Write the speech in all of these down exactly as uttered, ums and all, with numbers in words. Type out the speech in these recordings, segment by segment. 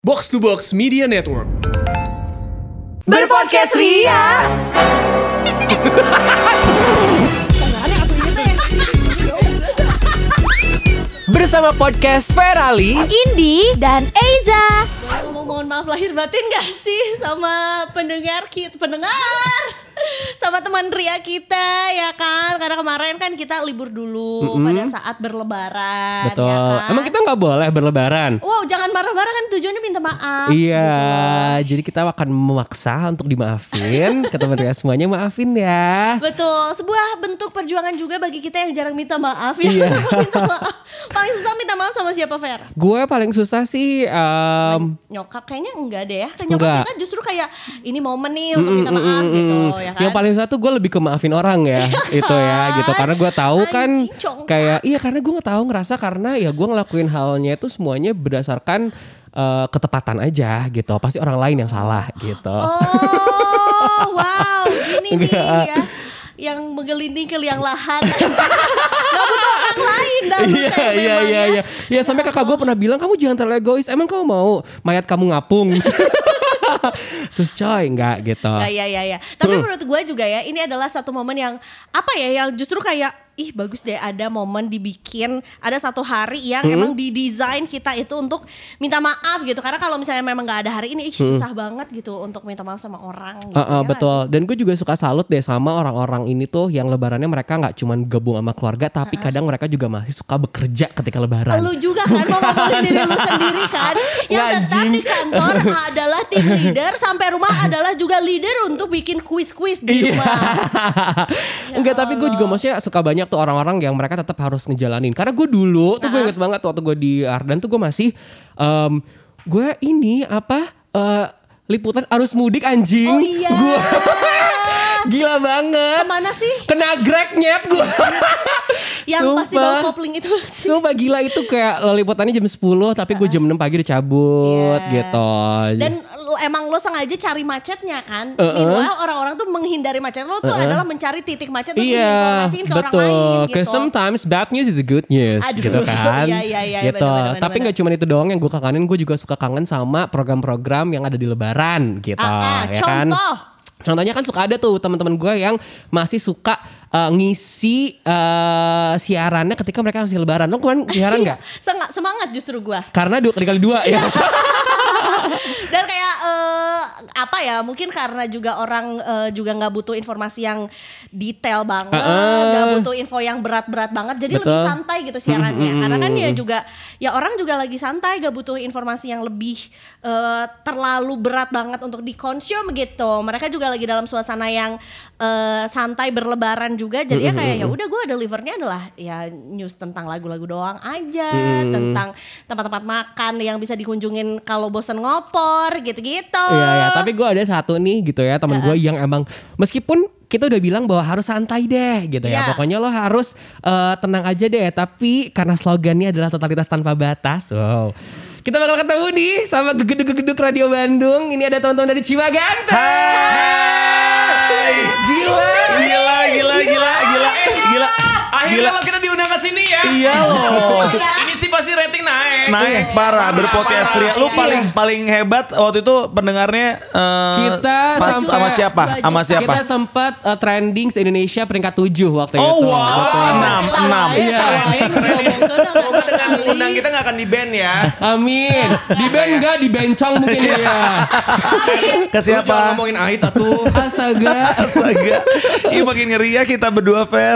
Box to Box Media Network. Berpodcast Ria. Bersama podcast Ferali, Indi, dan Eiza. Mau mohon maaf lahir batin gak sih sama pendengar kita, pendengar sama teman Ria kita ya kan, karena kemarin kan kita libur dulu mm-hmm. pada saat berlebaran. Betul. Ya kan? Emang kita nggak boleh berlebaran? Wow, jangan marah-marah kan, tujuannya minta maaf. Iya, gitu. jadi kita akan memaksa untuk dimaafin. Ke teman Ria semuanya maafin ya. Betul, sebuah bentuk perjuangan juga bagi kita yang jarang minta maaf ya. Iya. Minta maaf. Paling susah minta maaf sama siapa, Fer? Gue paling susah sih um, nyokap, kayaknya enggak deh ya. Kan nyokap enggak. kita justru kayak ini momen nih untuk minta maaf mm, gitu ya kan. Yang paling susah tuh gue lebih ke maafin orang ya. Itu ya gitu, karena gue tahu kan Anjing, kayak iya karena gue nggak tahu ngerasa karena ya gue ngelakuin halnya itu semuanya berdasarkan uh, ketepatan aja gitu. Pasti orang lain yang salah gitu. Oh, wow, gini nih Enggak. ya. Yang menggelinding ke liang lahat. Gak butuh orang lain dah. Iya iya iya iya. Ya sampai kakak gue pernah bilang, kamu jangan terlalu egois. Emang kamu mau mayat kamu ngapung? Terus coy enggak gitu. Nah, iya iya iya. Tapi Hmm. menurut gue juga ya, ini adalah satu momen yang apa ya, yang justru kayak ih bagus deh ada momen dibikin, ada satu hari yang Hmm. emang didesain kita itu untuk minta maaf gitu. Karena kalau misalnya memang gak ada hari ini, ih susah banget gitu untuk minta maaf sama orang gitu. Uh, uh, Ya betul. gak sih? Dan gue juga suka salut deh sama orang-orang ini tuh yang lebarannya mereka nggak cuman gabung sama keluarga, tapi uh-uh. kadang mereka juga masih suka bekerja ketika lebaran. Lu juga kan mau ngomongin diri lu sendiri kan, yang Nggak, tetap Jing. di kantor adalah tim leader, sampai rumah adalah juga leader untuk bikin kuis-kuis di rumah. Ya Enggak, tapi gue juga Allah. maksudnya suka banyak tuh orang-orang yang mereka tetap harus ngejalanin. Karena gue dulu tuh gue inget banget waktu gue di Ardan tuh gue masih um, gue ini apa uh, liputan arus mudik anjing. Oh iya. Gue gila banget. Kemana sih? Kena grek nyet gue. Yang pasti bawa kopling itu sih. Sumpah gila itu kayak liputannya jam sepuluh tapi gue jam enam pagi udah cabut Yeah. gitu. Dan lu, emang lo sengaja cari macetnya kan. Uh-uh. Meanwhile orang-orang tuh menghindari macet. Lo tuh Uh-uh. adalah mencari titik macet untuk Iya, informasiin ke orang betul. lain gitu. Cause sometimes bad news is a good news, Aduh, gitu kan. iya, iya, iya, gitu. benar, benar, Tapi benar. nggak cuma itu doang yang gue kangenin, gue juga suka kangen sama program-program yang ada di Lebaran, gitu. Ah, ah, ya kan? contoh. Contohnya kan suka ada tuh teman-teman gue yang masih suka uh, ngisi uh, siarannya ketika mereka masih Lebaran. Lo kemarin siaran nggak? Sengat, semangat justru gue. Karena dua kali kali dua ya. Dan kayak uh, apa ya, mungkin karena juga orang uh, juga nggak butuh informasi yang detail banget, nggak Uh-uh. butuh info yang berat-berat banget, jadi Betul. lebih santai gitu siarannya. Mm-hmm. Karena kan ya juga ya orang juga lagi santai, gak butuh informasi yang lebih uh, terlalu berat banget untuk dikonsum gitu. Mereka juga lagi dalam suasana yang uh, santai berlebaran juga, jadi ya kayak ya udah gue delivernya adalah ya news tentang lagu-lagu doang aja, Mm. tentang tempat-tempat makan yang bisa dikunjungin kalau bosen ngopor gitu-gitu. Iya ya, tapi gue ada satu nih gitu ya teman gue yang emang meskipun kita udah bilang bahwa harus santai deh gitu ya. Iya. Pokoknya lo harus uh, tenang aja deh. Tapi karena slogannya adalah totalitas tanpa batas. Wow. Kita bakal ketemu nih sama gegeduk-gegeduk Radio Bandung. Ini ada teman-teman dari Ciwaganta. Hai. Gila. Gila, gila, gila, gila, gila. Akhirnya Gila. lo kita diundang ke sini ya. Iya loh. Ini sih pasti rating naik. Naik parah berpodcast Ria. Lu paling paling hebat waktu itu pendengarnya eh, Kita pas sampai- sama siapa? Sama siapa? Kita sempat uh, trending se-Indonesia peringkat tujuh waktu itu. Oh wow, Betul. enam, enam. Iya. Semoga dengan undang kita gak akan di ban ya. Amin. Di band enggak, di bencong mungkin ya. Ke Lu jangan siapa? ngomongin Ait atuh. Astaga. Astaga. Ih makin ngeri ya kita berdua fair.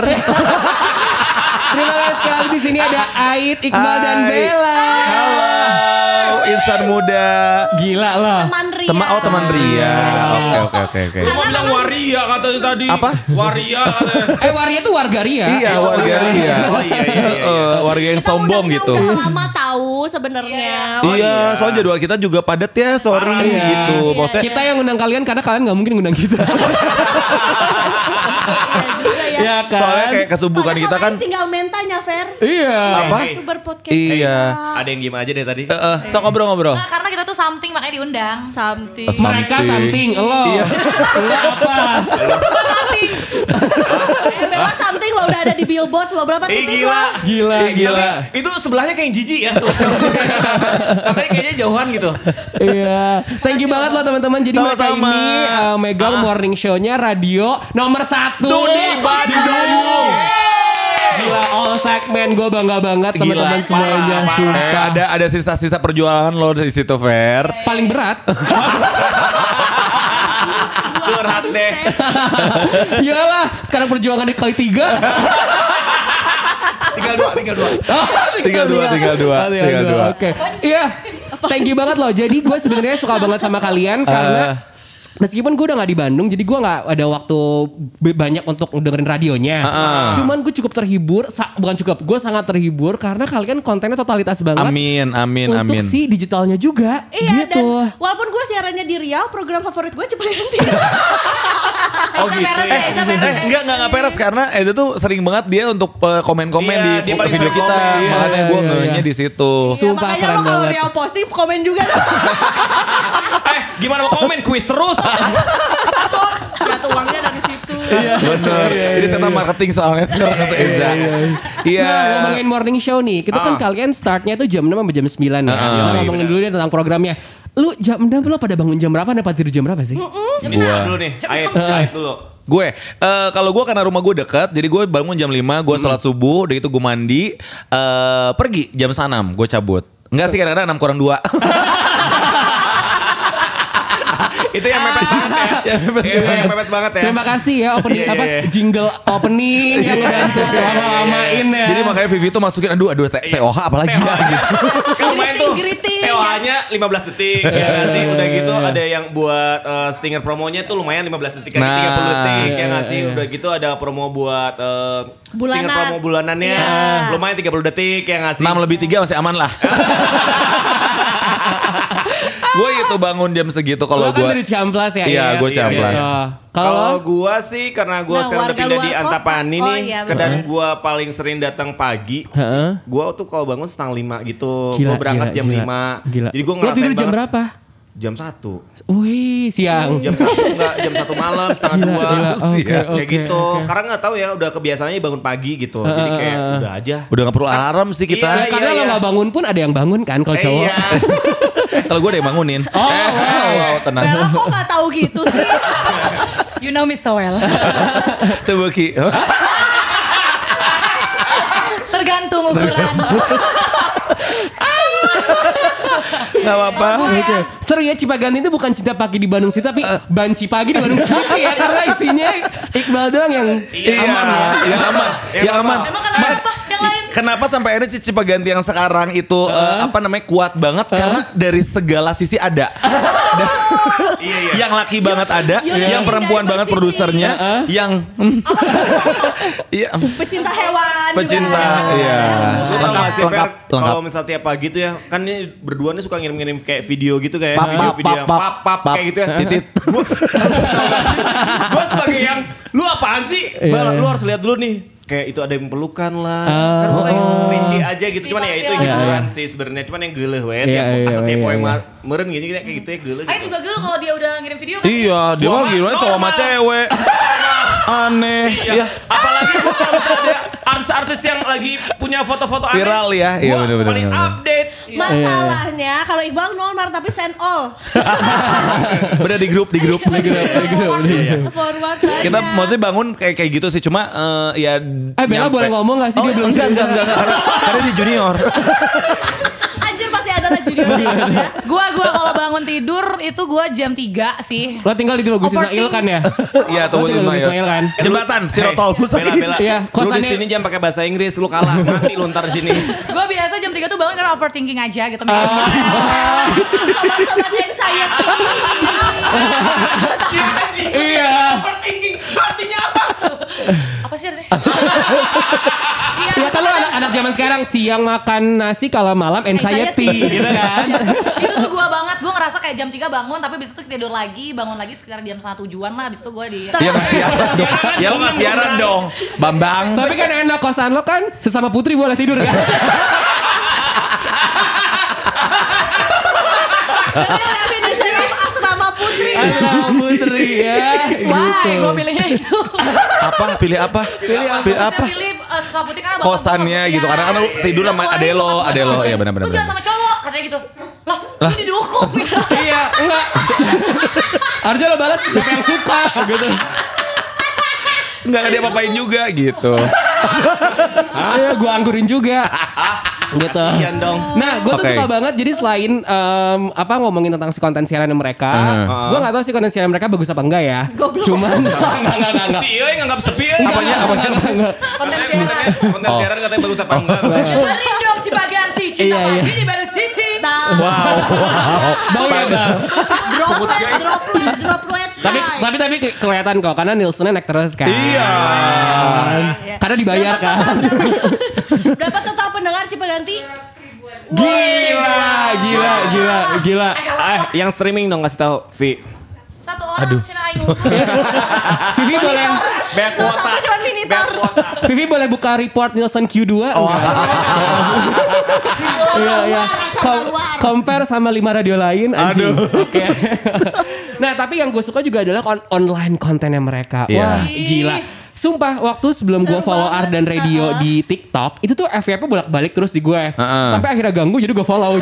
Terima kasih sekali, di sini ada Ait, Iqbal dan Hai. Bella. Halo, insan muda. Gila loh. Teman Ria. Teman oh teman Ria. Oke oke oke oke. Lu mau bilang waria katanya tadi. Apa? Waria katanya. Eh waria itu warga Ria. Iya warga Ria. Oh iya iya iya. Eh, warga yang Kita sombong undangnya gitu. Udah lama tahu sebenarnya. Iya, soalnya jadwal kita juga padat ya, sorry Iya. gitu. Maksudnya Kita yang ngundang kalian karena kalian gak mungkin ngundang kita. Iya juga ya. Ya kan. soalnya kayak kesibukan Padahal kita kan tinggal mentanya Fer. Iya. Apa? YouTuber podcast. Iya. Ada yang gimana aja deh tadi. Heeh, sok ngobrol-ngobrol. Nah, karena kita tuh something makanya diundang. Something. Mereka something, lo. Iya. Lo apa? Eh, Bella something lo udah ada di billboard lo berapa Eh titik gila. lo? Gila, Ih, gila. Tapi itu sebelahnya kayak yang jijik ya. Katanya kayaknya jauhan gitu. Iya. Thank you banget loh teman-teman. Jadi mereka Sama-sama. ini uh, megang morning show-nya radio nomor satu Tuh, di Bandung. Gila, all segmen gue bangga banget teman-teman Gila. semuanya. Eh, Sumpah. ada ada sisa-sisa perjuangan lo di situ, Fer. Paling berat. Curhat deh. Iyalah, sekarang perjuangan dikali tiga. Tinggal dua, tinggal dua. Oh, Tinggal dua, tinggal dua, Oh, tinggal dua. Oke. Iya. Thank you banget loh. Jadi gue sebenarnya suka banget sama kalian karena meskipun gue udah gak di Bandung, jadi gue gak ada waktu b- banyak untuk dengerin radionya. Uh-uh. Cuman gue cukup terhibur, sa- bukan cukup, gue sangat terhibur karena kalian kontennya totalitas banget. Amin, amin, untuk amin. si digitalnya juga. Iya gitu. dan walaupun gue siarannya di Riau, program favorit gue coba ganti. Oh Aisyah gitu. Peres ya, Aisyah Peres Eh, ya. enggak, enggak, enggak peres karena itu tuh sering banget dia untuk uh, komen-komen Iya, di dia paling video sering kita. komen, iya. Makanya gue Iya, iya, ngehnya iya. di situ. Ya, Sumpah makanya keren lo kalau banget. Riau posting komen juga. Eh, gimana mau komen kuis terus? Jatuh uangnya dari situ. Bener. Ini setan marketing soalnya sekarang Eza. Iya. Nah, ngomongin morning show nih, kita kan Ah. kalian startnya tuh jam enam sampai jam sembilan ya. Ah, Kita iya, ngomongin dulu deh tentang programnya. Lu jam enam lo pada bangun jam berapa? Dapat tidur jam berapa sih? Gua. Dulu nih, Ait, Ait dulu. Gue, eh, kalau gue karena rumah gue deket, jadi gue bangun jam lima, gue sholat subuh, udah itu gue mandi, eh, pergi jam enam, gue cabut. Enggak sih, kadang-kadang enam kurang dua. Itu yang mepet banget ya. Iya, yang mepet banget ya. Terima kasih ya opening Iya, apa iya, iya. jingle opening yang udah untuk lama-lamain ya. Jadi makanya Vivi tuh masukin, aduh, aduh, T- Iya. TOH apalagi ya gitu. Kan lumayan tuh. Greeting, T O H-nya lima belas detik ya nggak sih. Udah gitu ada yang buat eh, stinger promonya tuh lumayan lima belas detik lagi Nah. tiga puluh detik ya nggak sih. Iya. Udah gitu ada promo buat eh, stinger Bulanan. promo bulanannya Iya. lumayan tiga puluh detik ya nggak sih. enam lebih tiga masih aman lah. Gue itu bangun jam segitu kalau Lo kan gue. dari Ciamplas ya. Iya, ya? gue Ciamplas. Gitu. Kalau Kalau gua sih karena gua Nah, sekarang udah warga pindah di luar kota. Antapani Oh, nih, iya, kedan benar. gua paling sering datang pagi. Heeh. Gua tuh kalau bangun setengah lima gitu, Gila, gua berangkat gila, jam gila. lima. Gila. Jadi gua Lo ngerasain tidur jam banget. berapa? Jam satu. Wih, siang. Jam satu enggak, jam satu malam, setengah Gila, dua. gila. Terus Oke, ya, oke, kayak gitu. oke. Karena nggak tahu ya, udah kebiasaannya bangun pagi gitu. Jadi kayak Uh, uh, uh. udah aja. Udah gak perlu alarm sih kita. Ya, Iya, karena iya, lo iya. gak bangun pun ada yang bangun kan kalau Eh, cowok. iya. Kalau gue ada yang bangunin. Oh, eh, wow. wow, tenang. Bella kok gak tahu gitu sih? You know me so well. Tuh Buki. Tergantung ukuran. Gak apa-apa. Oke. Seru ya Cipaganti itu bukan cinta pagi di Bandung City tapi banci pagi di Bandung City ya karena isinya Iqbal doang yang Iya, aman ya. yang aman, yang aman. Emang kenapa? Yang lain? Kenapa sampai akhirnya Cici Cipaganti yang sekarang itu eh, apa namanya kuat banget karena dari segala sisi ada. Dan- Iya, iya. Yang laki banget ada, You're yang the perempuan banget diversity. produsernya, yang iya Pecinta hewan Pecinta, juga. iya. Lu tau Lengkap, gak sih, Fer, lengkap, lengkap. kalau misal tiap pagi tuh ya, kan ini berdua nih suka ngirim-ngirim kayak video gitu kayak Pap, pap, video-video yang pap, pap, pap, pap, kayak gitu ya. titit. Gue sebagai yang, lu apaan sih? Iya, Bal, iya. lu harus lihat dulu nih. Kayak itu ada yang pelukan lah. Oh. Kan gue pengen risi aja gitu. Si Cuman ya itu pasti lah. hiburan sih sebenarnya. Cuman yang geleh weh. Iya, Tiap iya, asal iya, tiap poin iya. meren gini kayak gitu ya geleh Ayo gitu. juga dulu kalau dia udah ngirim video kan. Iya, dia mah gimana cowok sama cewek. Aneh. Iya. Apalagi gue kalau misalnya ada artis-artis yang lagi punya foto-foto aneh. Viral ya. Iya, Gua bener-bener, paling bener-bener. update. Masalahnya kalau Iqbal nol mar tapi send all. Bener di grup, di grup. Di grup, di grup, di grup. Forward aja. Kita maksudnya bangun kayak kayak gitu sih, cuma eh, ya. Eh Bella nyampe- boleh ngomong gak sih? Oh, Dia belum enggak, enggak, cerita. enggak, enggak, karena, karena di junior. Anjir pasti ada lah junior ya. Gua gua kalau bangun tidur itu gua jam tiga sih. Lo tinggal di Gus Ismail kan ya? Iya, Lo tunggu tinggal dulu di Gus Ismail kan? Jembatan, Sirotol. Bela, bela. Iya, Lu di kosannya- sini jangan pakai bahasa Inggris, lu kalah. Mati lu ntar di sini. Gua biasa jam tiga tuh bangun karena overthinking aja gitu. Sobat-sobat yang saya Iya. Overthinking artinya apa? Apa sih deh? Ya kan lo anak-anak zaman sekarang siang makan nasi kalau malam anxiety Anxiety. gitu kan? Itu tuh gua banget, gua ngerasa kayak jam tiga bangun tapi abis itu tidur lagi, bangun lagi sekitar jam setengah tujuan lah, abis itu gue di Iya nggak siaran dong. Ya lo nggak siaran dong, Bambang. Tapi kan enak kosan lo kan sesama putri boleh tidur kan? Tapi di sini asrama putri. Asrama putri ya. Why? Gue pilihnya itu. Apa? Pilih apa? Pilih apa? Pilih apa? Saya pilih uh, suka putih karena bapak Kosannya gua- gitu. Iya. Karena kan lu tidur sama Iya, ade lo, bapak ade gua- lo. Iya benar-benar. Lu jangan sama cowok, katanya gitu. Lah, ini didukung. Iya, enggak. Harusnya lo balas siapa yang suka gitu. Nggak ada apa-apain juga gitu. Ayo gue anggurin juga. Gitu. Kasian dong. Nah, gue tuh Oke. suka banget. Jadi selain em, apa ngomongin tentang si konten siaran mereka, Uh. gue nggak tahu si konten siaran mereka bagus apa enggak ya. Goblok. Cuman enggak enggak enggak enggak. Si Iyo yang nganggap sepi ya. Apanya? Apanya? Konten siaran. Konten siaran katanya bagus apa enggak? Dengerin dong Cipaganti, Cinta Iya, iya. Pagi di Baru City. Nah, Wow. Bau ya bang. droplet, droplet, droplet Tapi shy. tapi tapi ke- kelihatan kok karena Nielsennya naik terus kan. Iya. Karena dibayar kan. Berapa total pendengar Cipaganti? Gila, gila, gila, gila. Eh, yang streaming dong kasih tahu, Vi. Satu orang Cina Ayu. Vivi boleh Bayar Salah kuota. satu cuma minitor. Vivi boleh buka report Nielsen Q dua Oh. enggak? Iya, iya. Com- compare sama lima radio lain anjing. Oke. Nah, tapi yang gue suka juga adalah on- online kontennya mereka. Iya. Wah, gila. Sumpah, waktu sebelum gue Seru follow banget. Ardan Radio Uh-uh. di TikTok, itu tuh F Y P bolak-balik terus di gue. Uh-uh. Sampai akhirnya ganggu jadi gue follow.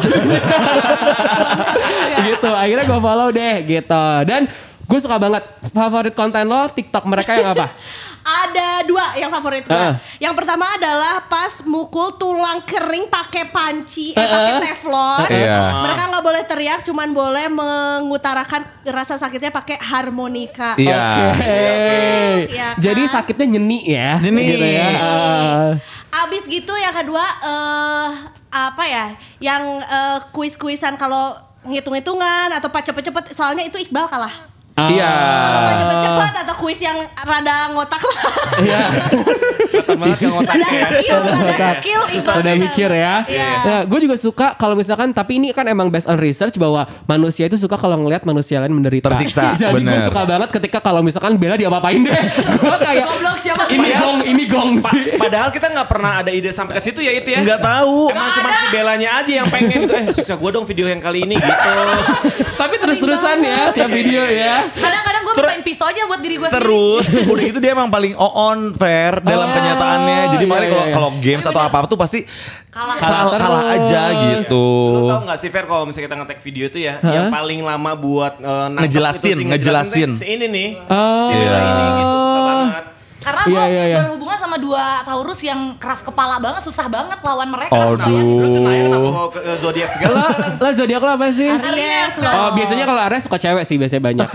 Gitu, akhirnya gue follow deh gitu. Dan gue suka banget favorit konten lo TikTok mereka yang apa? Ada dua yang favorit gue. Uh-uh. Yang pertama adalah pas mukul tulang kering pakai panci, eh pakai teflon. Iya. Mereka nggak boleh teriak, cuman boleh mengutarakan rasa sakitnya pakai harmonika. Iya. Oke. Iya kan? Jadi sakitnya nyeni ya. Nyeni. Gitu ya. Uh, Abis gitu yang kedua eh apa ya? Yang eh, kuis-kuisan kalau ngitung-hitungan atau pas cepet-cepet, soalnya itu Iqbal kalah. Iya. Kalau pas cepet-cepet atau kuis yang rada ngotak lah. Iya. Banget yang otaknya Ada ya. skill, ada skill. Iqbal Udah juga. mikir ya. Iya. Nah, gue juga suka kalau misalkan, tapi ini kan emang based on research bahwa manusia itu suka kalau ngelihat manusia lain menderita. Tersiksa, Jadi gue bener. suka banget ketika kalau misalkan Bella diapa-apain deh. Gue kayak Goblok siapa ini dia? gong, ini gong sih. Padahal kita nggak pernah ada ide sampai ke situ ya itu ya. Nggak tahu. Emang cuma si Belanya aja yang pengen gitu. Eh siksa gue dong video yang kali ini gitu. Tapi terus-terusan ya tiap video ya. Kadang-kadang gue mintain pisau aja buat diri gue sendiri. Terus udah itu dia emang paling on fair dalam Oh, kenyataannya. Jadi iya, makanya kalau iya, iya. kalau games atau apa tuh pasti Kalah. kalah, Kalah kalah terus. aja gitu. Lu tau gak sih Fer kalau misalnya kita nge-tag video itu ya, yang paling lama buat eh, nangkep Ngejelasin, itu sih, ngejelasin. tuh Si ini nih. Oh. Si Bella ini gitu susah banget. Karena gue Iya, iya, iya. berhubungan sama dua Taurus yang keras kepala banget, susah banget lawan mereka. Aduh. Bayangin. Lu cenayang kenapa bawa ke eh, zodiak segala? Lo, lo zodiak lo apa sih? Aries Aries. Oh, biasanya kalau Aries suka cewek sih biasanya banyak.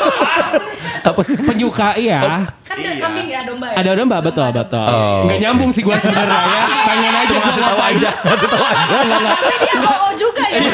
Penyuka iya. Kan ada kambing ya, domba ya. Ada domba betul betul. Oh. Nggak nyambung sih gue sebenarnya ya. Pengen aja Cuma gua ngasih tahu ngapain. aja, ngasih tahu aja. Tapi dia O O juga ya.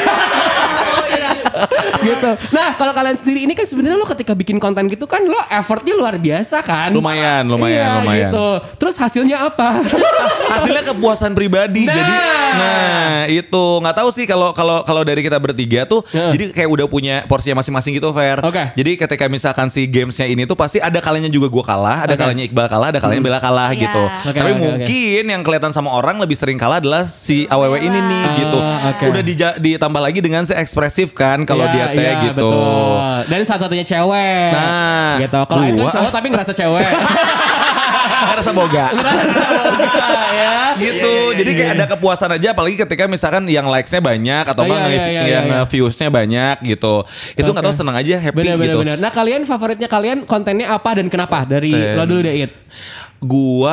Gitu. Nah, kalau kalian sendiri ini kan sebenarnya lo ketika bikin konten gitu kan lo effortnya luar biasa kan? Lumayan, lumayan, Iya, lumayan. gitu. Terus hasilnya apa? Hasilnya kepuasan pribadi. Nah. Jadi nah, itu nggak tahu sih kalau kalau kalau dari kita bertiga tuh Ya. jadi kayak udah punya porsinya masing-masing gitu, Fer. Oke. Jadi ketika misalkan si gamesnya ini tuh pasti ada kalanya juga gue kalah, ada Oke. kalanya Iqbal kalah, ada kalanya Bella kalah Iya. gitu. Oke, Tapi oke, mungkin yang kelihatan sama orang lebih sering kalah adalah si A W W ini nih Ah, gitu. oke. Udah dija- ditambah lagi dengan si ekspresif kan kalau Iya, dia teh iya, gitu. Betul. Dan satu-satunya cewek. Nah, gitu. Kalau itu gua- cowok tapi ngerasa cewek. Ngerasa boga. ya. Gitu. Jadi kayak ada kepuasan aja apalagi ketika misalkan yang likes-nya banyak atau Oh, enggak iya, nge- iya, iya, yang iya. views-nya banyak gitu. Itu nggak tahu seneng aja happy Bener, bener, gitu. bener. Nah, kalian favoritnya kalian kontennya apa dan kenapa? Dari Konten. lo dulu deh, It. Gua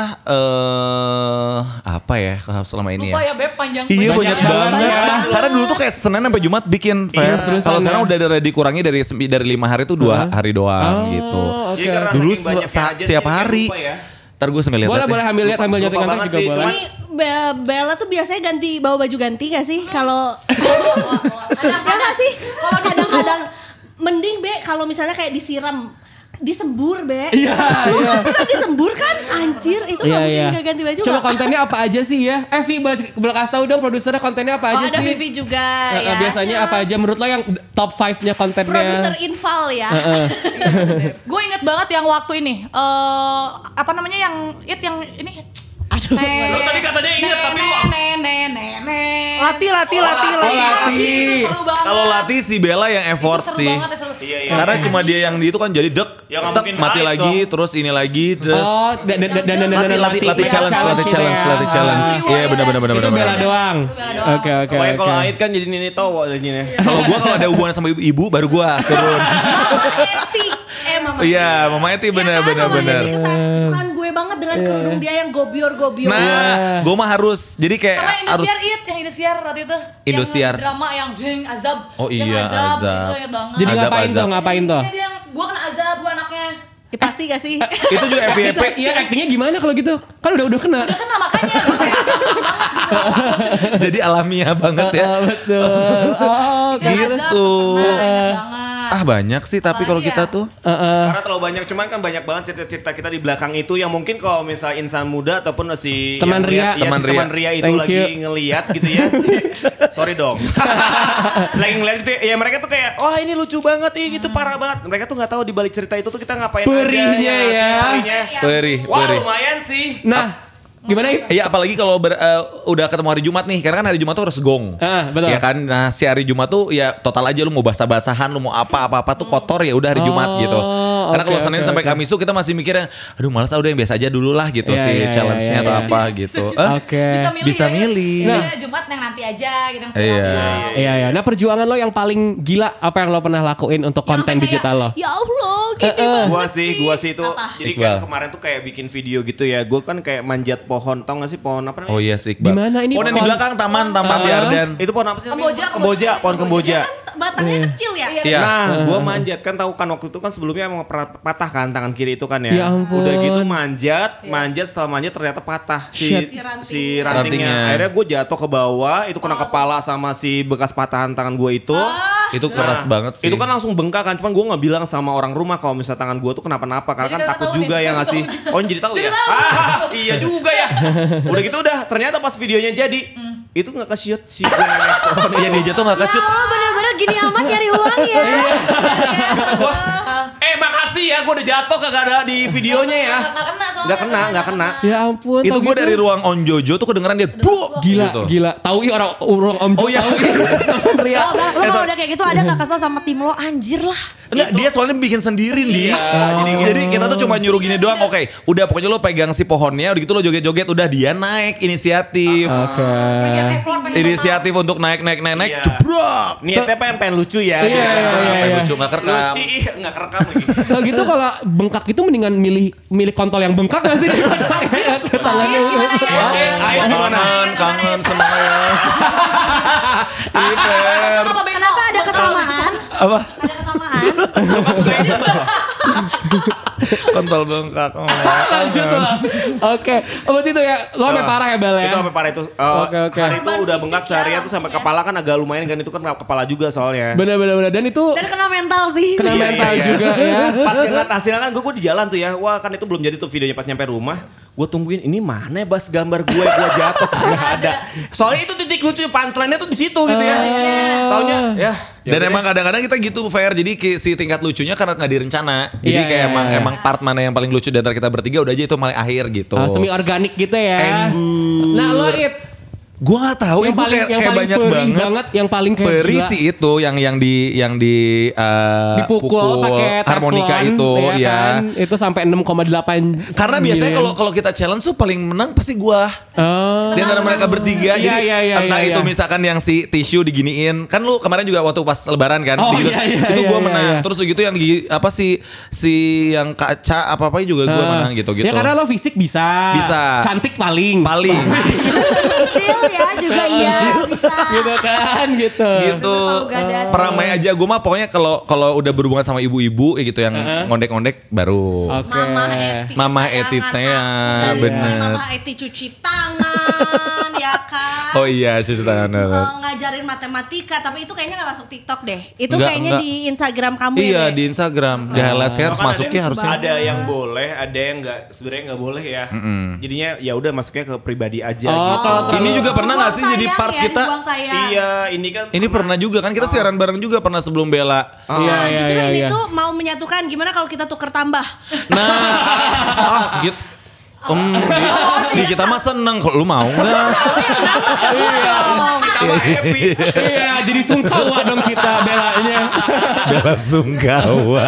eh apa ya selama ini Lupa ya? ya Beb, panjang. Iya Banyak banyak, banget. banget. Banyak. Karena dulu tuh kayak Senin sampai Jumat bikin fair. terus-terusan Kalau ya. sekarang udah ada dikurangi dari sembi- dari lima hari tuh dua hari doang Oh, gitu. oke. Jadi karena Dulu saking banyaknya sa- aja sih tiap yang hari. lupa ya. Ntar gue sambil lihat. Boleh, boleh ambil lihat, ambil Lupa nyeting banget juga sih, boleh. cuman- Ini Be- Bella tuh biasanya ganti bawa baju ganti gak sih? Kalau ya gak sih? Kalau kadang-kadang mending Be kalau misalnya kayak disiram disembur, Be. Iya, Lu iya. kan pernah disembur kan? Anjir, itu Iya, gak mungkin iya. gak ganti baju Coba gak? kontennya apa aja sih ya? Eh Vi, boleh, boleh kasih tahu dong produsernya kontennya apa Oh, aja ada sih? Vivi juga Eh, eh, ya. biasanya apa aja menurut lo yang top five-nya kontennya? Produser infal ya. Gue inget banget yang waktu ini. eh apa namanya yang it yang ini. Aduh. Lu tadi katanya inget, tapi lu- Lati, lati, lati, Oh, Lati. Itu seru banget. Kalau latih si Bella yang effort Itu seru sih. banget, itu seru. Iya, iya. Karena cuma dia yang di itu kan jadi dek, Ya, nggak tek, mungkin mati naik lagi, dong. terus ini lagi, terus Oh, dan dan dan dan dan latih latih latih challenge, latih challenge, latih challenge. Iya benar benar benar Itu benar. Bella doang. Bella doang. Oke oke Pokoknya kalau oke. Ait kan jadi Nini Towo jadinya. Kalau gua kalau ada hubungan sama ibu baru gua turun. Mama Eti. Eh Mama Iya, Mama Eti benar kan, benar Mama benar. Eti kesan- kesukaan gue banget dengan kerudung dia yang gobior-gobior. Nah, gua mah harus jadi kayak Sama harus Indosiar it, yang Indosiar waktu itu. Indosiar. Yang drama yang Jeng Azab. Oh Yang iya, Azab. Azab. Itu inget banget. Jadi Azab, ngapain azab. tuh? Ngapain tuh? Iya, dia yang gue kena Azab, gue anaknya. Ya, pasti gak sih? itu juga F Y P. Iya, actingnya gimana kalau gitu? Kan udah udah kena. Udah kena makanya. Gue kayak Jadi alamiah banget ya. Ah, betul. Oh, Itu yang Gitu. Azab, pernah, inget banget. Ah banyak sih tapi kalau Apalagi kita ya? tuh Heeh. Karena terlalu banyak, cuman kan banyak banget cerita-cerita kita di belakang itu yang mungkin kalau misalnya insan muda ataupun si Teman yang Ria. lihat- iya, Teman si teman Ria. Ria itu Thank lagi you. ngelihat gitu ya. si- Sorry dong. Lagi ngeliat gitu ya mereka tuh kayak wah ini lucu banget ih gitu parah banget. Mereka tuh nggak tahu di balik cerita itu tuh kita ngapain Perihnya aja ya. perihnya. perih, Wah perih. lumayan sih. Nah, gimana It? Iya apalagi kalau ber- eh, udah ketemu hari Jumat nih, karena kan hari Jumat tuh harus gong. Ah, betul. Ya kan, nah si hari Jumat tuh ya total aja lu mau basah-basahan, lu mau apa-apa-apa tuh kotor ya udah hari Oh, Jumat gitu. Karena oke, kalau Senin oke, sampai oke. Kamis tuh kita masih mikirnya, aduh malas ah udah yang biasa aja dulu lah gitu Iya, si iya, challenge-nya iya, atau iya. apa gitu. Eh? Oke. Bisa milih Bisa ya, ya. milih. Nah, Nah. Jumat yang nanti aja gitu. yang Iya. viral. Iya ya. Nah, perjuangan lo yang paling gila apa yang lo pernah lakuin untuk Yang konten sampai digital lo? kayak, ya Allah, gini Eh, eh. banget Gua sih, gua sih itu Apa? jadi Iqbal. kan kemarin tuh kayak bikin video gitu ya. Gua kan kayak manjat pohon, tau gak sih pohon apa namanya? Oh iya sih. Di mana ini? Oh, dan di pohon? belakang taman, taman Ah. di Ardan. Itu pohon apa sih? namanya? Kemboja, Kemboja, pohon kemboja. Kan batangnya kecil ya? Iya. Nah, gue manjat kan tahu kan waktu itu kan sebelumnya emang pernah patah kan tangan kiri itu kan ya. Ya ampun. Udah gitu manjat, manjat setelah manjat ternyata patah si Shit. si Rantingnya. rantingnya. Akhirnya gue jatuh ke bawah, itu kena kepala sama si bekas patahan tangan gue itu. Itu keras Nah, banget sih. Itu kan langsung bengkak kan, cuman gue nggak bilang sama orang rumah kalau misalnya tangan gue tuh kenapa-napa karena Jadi kan udah takut tahu juga nih, ya udah ngasih. tahu. Oh jadi tahu ya? Ah, iya juga ya. Udah gitu udah, ternyata pas videonya jadi itu nggak ke shoot si gue naik pohon Iya itu. dia jatuh gak Ya ke-shoot. Allah, bener-bener gini amat nyari uang ya. Gua, eh makasih ya gue udah jatuh kagak ada di videonya ya. Nggak kena soalnya. Nggak kena, nggak kena. Ya ampun. Itu tau gue gitu. dari ruang On Jojo tuh kedengeran dia bu Gila, gitu. gila. Tahu ih orang orang Om Jo Oh, iya. tahu ih. Temen Ria. Lo, lo kalau udah kayak gitu ada gak kesel sama tim lo? Anjir lah. Enggak, dia soalnya bikin sendiri nih. Iya, jadi, jadi kita tuh cuma nyuruh gini doang. Oke, udah pokoknya lo pegang si pohonnya, udah gitu lo joget-joget, udah dia naik inisiatif. Oke. Inisiatif untuk naik naik naik naik. Iya. Jebrok. Niatnya pengen pengen lucu ya. Iya, gitu. iya, iya, Sampai iya. lucu nggak kerekam. Lucu, iya, nggak kerekam lagi. Kalau gitu kalau bengkak itu mendingan milih milih kontol yang bengkak gak sih? Tangannya. Oke, ayo gimana? Kangen, kangen semuanya. Iper. Kenapa ada kesamaan? Apa? Ada kesamaan? Kontol bengkak. Oh, Lanjut lah. Oke. Oh, berarti itu ya. Lo sampai parah ya Bel ya? Itu sampai parah itu. Uh, Oke, oke. Hari itu Korban udah fisik bengkak ya seharian tuh sampai maksudnya. kepala kan agak lumayan kan itu kan kepala juga soalnya. Bener bener bener. Dan itu Dan kena mental sih. kena Iya, mental iya, iya. juga ya. Pas ngeliat hasilnya kan gue gue di jalan tuh ya. Wah kan itu belum jadi tuh videonya pas nyampe rumah. Gue tungguin ini mana ya Bas gambar gue gue jatuh nggak ada. Soalnya itu titik lucu punchline-nya tuh di situ gitu ya. Taunya ya. Dan emang kadang-kadang kita gitu fair. Jadi ki- si tingkat lucunya karena nggak direncana. Jadi Iya, kayak iya, emang iya. emang part mana yang paling lucu di antara kita bertiga udah aja itu malah akhir gitu. Ah, semi organik gitu ya. Embur. Nah lo It. Gue nggak tahu Yang ibu paling- kayak, yang kayak paling banyak perih banget. banget, yang paling kayak Perih gila. sih itu yang yang di yang di uh, Dipukul pukul pakai harmonika teflon, itu ya ya. kan? Itu sampai enam koma delapan. Karena biasanya kalau kalau kita challenge tuh paling menang pasti gua. Oh. Di antara mereka bertiga. Iya, Jadi iya, iya, entah iya, itu iya. misalkan yang si tisu diginiin. Kan lu kemarin juga waktu pas lebaran kan. Oh, digitu- iya, iya, itu iya, gua iya, menang. iya. Terus gitu yang di, apa si si yang kaca apa-apa juga gua Ah. menang gitu-gitu. Ya karena lo fisik bisa. Bisa. Cantik paling. paling Deal ya juga iya bisa. Gitu kan gitu. gitu. Tahu gadas. Peramai aja gua mah pokoknya kalau kalau udah berhubungan sama ibu-ibu ya gitu yang Heeh. ngondek-ngondek baru. Oke. Mama Eti. Mama kesayangan Eti teh, aku. Dari bener. mulai Mama Eti cuci tangan ya kan. Oh iya, cuci tangan. Uh, ngajarin matematika, tapi itu kayaknya nggak masuk TikTok deh. Itu Enggak, kayaknya enggak. di Instagram kamu Iya ya. di Instagram, di highlight harus Kan masuknya ada, harusnya. ada yang boleh, ada yang nggak sebenarnya nggak boleh ya. Jadinya ya udah masuknya ke pribadi aja Oh, gitu. kalau terlalu- Ini juga pernah nggak sih Dibuang jadi sayang part ya, kita? dibuang sayang. Iya, ini kan Ini pernah juga kan kita siaran bareng juga pernah sebelum Bella. Iya, Nah, iya, justru iya, ini iya. tuh mau menyatukan gimana kalau kita tuker tambah. Nah, ah gitu. Om, di, di kita mah seneng kalau lu mau nggak? Tambah happy. Iya, jadi sungkawa dong kita belanya. Bella Sungkawa.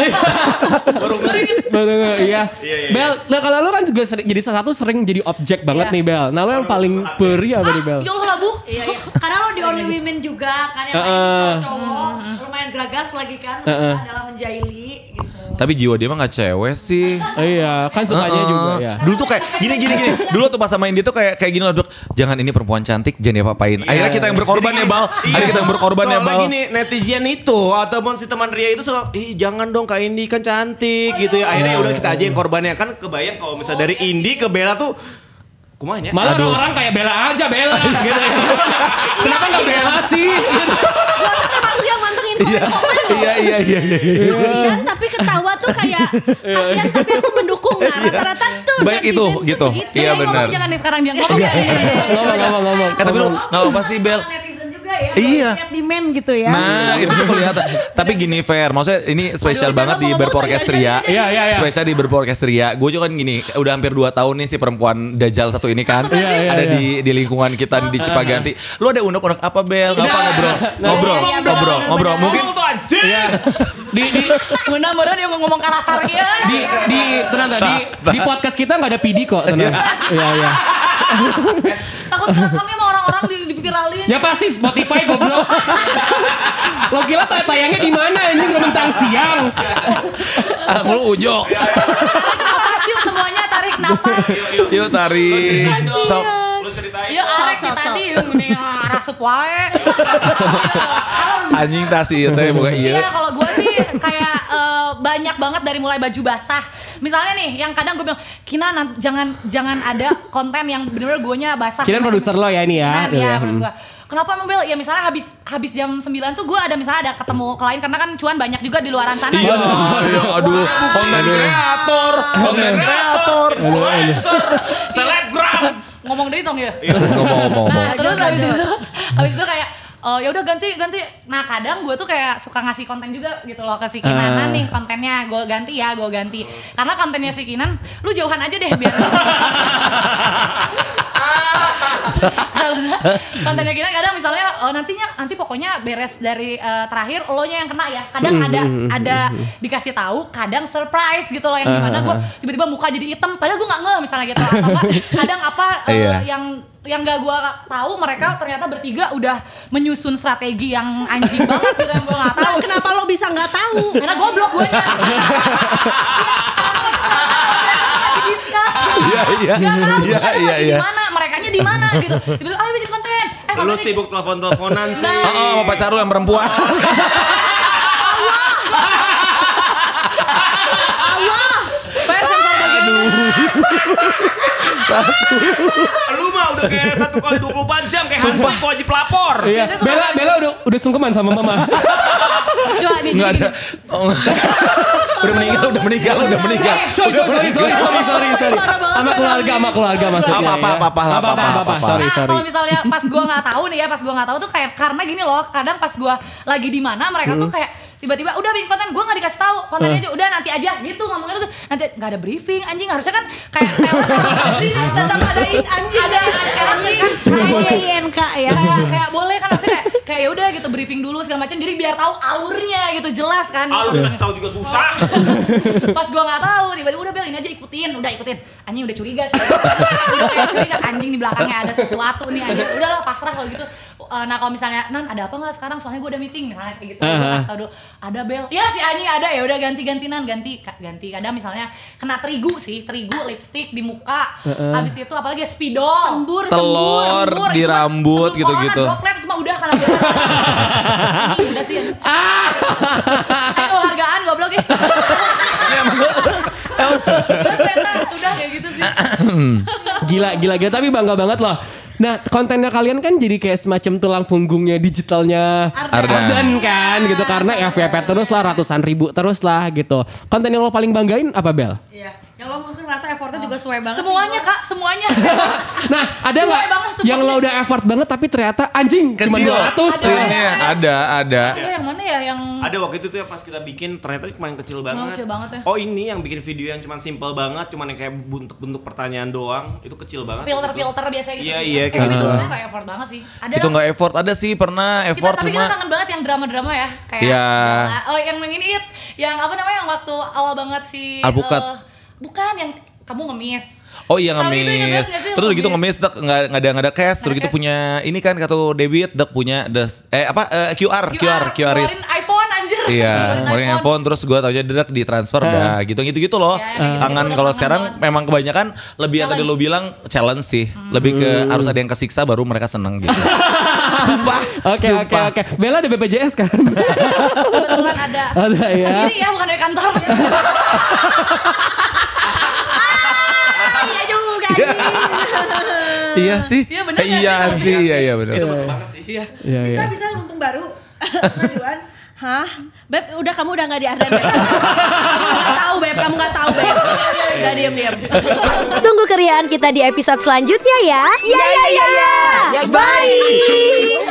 Baru nge- iya. Bel, nah kalau lu kan juga sering, jadi salah satu sering jadi objek banget Iya. nih Bel. Nah lu yang paling perih apa nih Bel? Yul labu. Iya, iya. Karena lo di Only Women juga kan yang Uh-uh. main cowok-cowok, lumayan geragas lagi kan Uh-uh. dalam menjahili gitu. Tapi jiwa dia mah nggak cewek sih. Oh, iya, kan sukanya Heeh. juga ya. Dulu tuh kayak gini gini gini. Dulu tuh pas sama dia tuh kayak kayak gini loh, Dok. Jangan ini perempuan cantik, jangan diapa-apain. Akhirnya kita yang berkorban ya, Bal. Akhirnya kita yang berkorban ya, Soalnya Bal. gini, netizen itu ataupun si teman Ria itu suka, ih jangan dong Kak Indi kan cantik gitu ya. Akhirnya udah kita aja yang korbannya. Kan kebayang kalau misalnya dari Indi ke Bella tuh kumanya. Malah Aduh. orang kayak Bella aja Bella gitu ya. Kenapa nggak Bella sih? Gua tuh termasuk yang mantengin komen-komen loh. Iya iya iya iya. Kasian tapi ketawa tuh kayak kasian tapi aku mendukung. Nah rata-rata tuh Baik netizen itu, tuh gitu. begitu. Iya, Ngomong benar. jangan nih sekarang jangan ngomong ya. Ngomong ngomong ngomong. Eh tapi lu nggak apa sih, Bel? Netizen juga ya. Iya. Lihat di meme gitu ya. Nah itu tuh kelihatan. Tapi gini Fer, maksudnya ini spesial Aduh, banget di ngomong-ngomong Berpodcast tuh Ria. Iya iya iya. Spesial di Berpodcast Ria. Gue juga kan gini, udah hampir dua tahun nih si perempuan Dajjal satu ini kan. Iya, iya, ada iya. di di lingkungan kita di Cipaganti. Lu ada unek-unek apa Bel? Apa Nah, ngobrol? nah, Ngobrol, iya, ngobrol, benar, ngobrol. benar. Mungkin Ngomong tuh anjing. Iya. Di di Mudah-mudahan dia ngomong kalasar ya. di di tenang tadi di podcast kita nggak ada P D kok tenang. Iya iya. Takut kami sama orang-orang di, di viralin. Ya pasti Spotify goblok. Lo gila tay- tayangnya di mana ini udah mentang siang. aku lu ujo. Nafas yuk semuanya tarik nafas. Yuk tarik. Sok. Lu ceritain. Ya arek Sok, sih sok, tadi ini rasup wae. Anjing tas ieu teh boga ieu. Iya kalau gue sih kayak eh, banyak banget dari mulai baju basah. Misalnya nih yang kadang gue bilang Kina nan- jangan jangan ada konten yang bener-bener guenya basah. Kirain produser lo ya ini ya. Nah, Tuh iya, ya. produser Hmm. gua. Kenapa emang Bel? Ya misalnya habis habis jam sembilan tuh gue ada misalnya ada ketemu klien karena kan cuan banyak juga di luaran sana. Iya, iya, aduh, konten kreator, konten kreator. Influencer, selebgram. Ngomong dari dong ya. Ngomong-ngomong. Nah, terus Lanjut, habis lanjut. itu, habis itu kayak oh ya udah ganti ganti. Nah kadang gue tuh kayak suka ngasih konten juga gitu loh ke si Kinan Ah. nih kontennya gue ganti ya gue ganti. Karena kontennya si Kinan lu jauhan aja deh biar. Karena kontennya Kinan kadang misalnya oh, nantinya nanti pokoknya beres dari eh, terakhir lo nya yang kena ya. Kadang ada ada dikasih tahu, kadang surprise gitu loh yang dimana gue tiba-tiba muka jadi hitam padahal gue nggak ngeh misalnya gitu atau enggak kadang apa eh, Iya. yang yang gak gue tahu mereka ternyata bertiga udah menyusun strategi yang anjing banget gitu yang gue gak tahu. Nah, kenapa lo bisa nggak tahu? Karena goblok gue nya. Discuss. Iya, iya. Gak tahu Iya, gue iya, iya. di mana, merekanya di mana gitu. Tiba-tiba ayo bikin konten. Eh Lu kontennya- sibuk telepon-teleponan sih. Nah. Oh, sama pacar lu yang perempuan. Bayar sensor bagian Lu mah udah kayak satu kali dua puluh empat jam kayak Hansip wajib lapor. Iya. Biasanya suka- Bella Bella udah udah sungkeman sama mama. Coba nih Enggak gini, ada. Oh. Udah meninggal, udah meninggal, udah meninggal. Sorry sorry sorry sorry sorry sorry. Sama keluarga sama keluarga maksudnya. Apa, apa, ya. apa, apa, apa, apa, apa, apa, apa. sorry Nah, sorry. kalau misalnya pas gue nggak tahu nih ya, pas gue nggak tahu tuh kayak karena gini loh, kadang pas gue lagi di mana mereka tuh kayak tiba-tiba udah bikin konten, gue nggak dikasih tahu kontennya aja, udah nanti aja gitu ngomongnya tuh nanti nggak ada briefing anjing harusnya kan kayak kayak orang kalau briefing Tetap ada anjing. ada ada anjing kan I N K ya. kayak kayak boleh kan harusnya kayak kayak ya udah gitu briefing dulu segala macam jadi biar tahu alurnya gitu jelas kan. Ah, lu kasih tahu juga susah. Pas gua nggak tahu tiba-tiba udah Bel ini aja ikutin udah ikutin anjing udah curiga sih udah kayak curiga anjing di belakangnya ada sesuatu nih anjing udahlah pasrah kalau gitu. Uh, nah kalau misalnya Nan ada apa nggak sekarang soalnya gue udah meeting misalnya kayak gitu gue kasih tau dulu ada Bel ya si anjing ada ya udah ganti ganti Nan ganti Ka- ganti kadang misalnya kena terigu sih terigu lipstick di muka habis itu apalagi ya, spidol Sembur, Telur Sembur, di itu mah rambut sebelum gitu-gitu. corona, droplet itu mah udah karena gue ini udah sih ayo hargaan goblok ya terus ternyata udah kayak gitu sih Gila gila gila tapi bangga banget loh. Nah kontennya kalian kan jadi kayak semacam tulang punggungnya digitalnya Ardan. Ardan kan gitu. Karena F Y P terus lah ratusan ribu terus lah gitu. Konten yang lo paling banggain apa Bel? Iya. Yang lo mungkin ngerasa effortnya juga sesuai banget. Semuanya kak, semuanya. Nah ada Sesuai nggak banget, semuanya. yang lo udah effort banget tapi ternyata anjing cuma Kecil. dua ratus Ada, ada, ada. Ada yang mana ya yang Ada waktu itu tuh ya pas kita bikin ternyata cuma yang kecil banget. kecil banget ya. Oh ini yang bikin video yang cuma simple banget, cuma yang kayak bentuk-bentuk pertanyaan doang, itu kecil banget. filter-filter biasanya gitu. Iya, iya, Eh, kayak tapi itu gitu. udah kayak effort banget sih. Ada Itu dong. nggak effort, ada sih pernah Kita, effort tapi cuma kita kangen banget yang drama-drama ya. Kayak Iya. Oh yang ini It. Yang apa namanya yang waktu awal banget si Alpukat. eh, bukan yang kamu ngemis. Oh iya Tahu itu ya, ngemis. guys, nggak sih, Terus gitu ngemis. ngemis dek nggak nggak ada nggak ada cash. Terus Nggak gitu ada cash. punya ini kan kartu debit dek punya des eh apa eh, Q R Q R Q R is. Keluarin iPhone anjir. Iya, Keluarin ngeluarin handphone terus gue taunya dek di transfer dah gitu gitu gitu loh. Ya, ya, Kangen gitu, kalau udah sekarang kangen memang kebanyakan lebih yang tadi lo bilang challenge sih. Lebih ke harus ada yang kesiksa baru mereka seneng gitu. Sumpah. Oke oke sumpah. oke. Bella ada B P J S kan? Kebetulan ada. Ada ya. Sendiri ya bukan dari kantor. Iya juga. Iya sih. Iya, bener Eh, nggak Iya sih? sih, iya iya benar. Iya Bisa iya. bisa mumpung baru. Majuan. Hah? Beb, udah kamu udah gak di Ardan, Beb. Kamu gak tahu, Beb. Kamu gak tahu, Beb. Udah diam-diam. Tunggu keriaan kita di episode selanjutnya ya. Ya ya ya ya. Bye.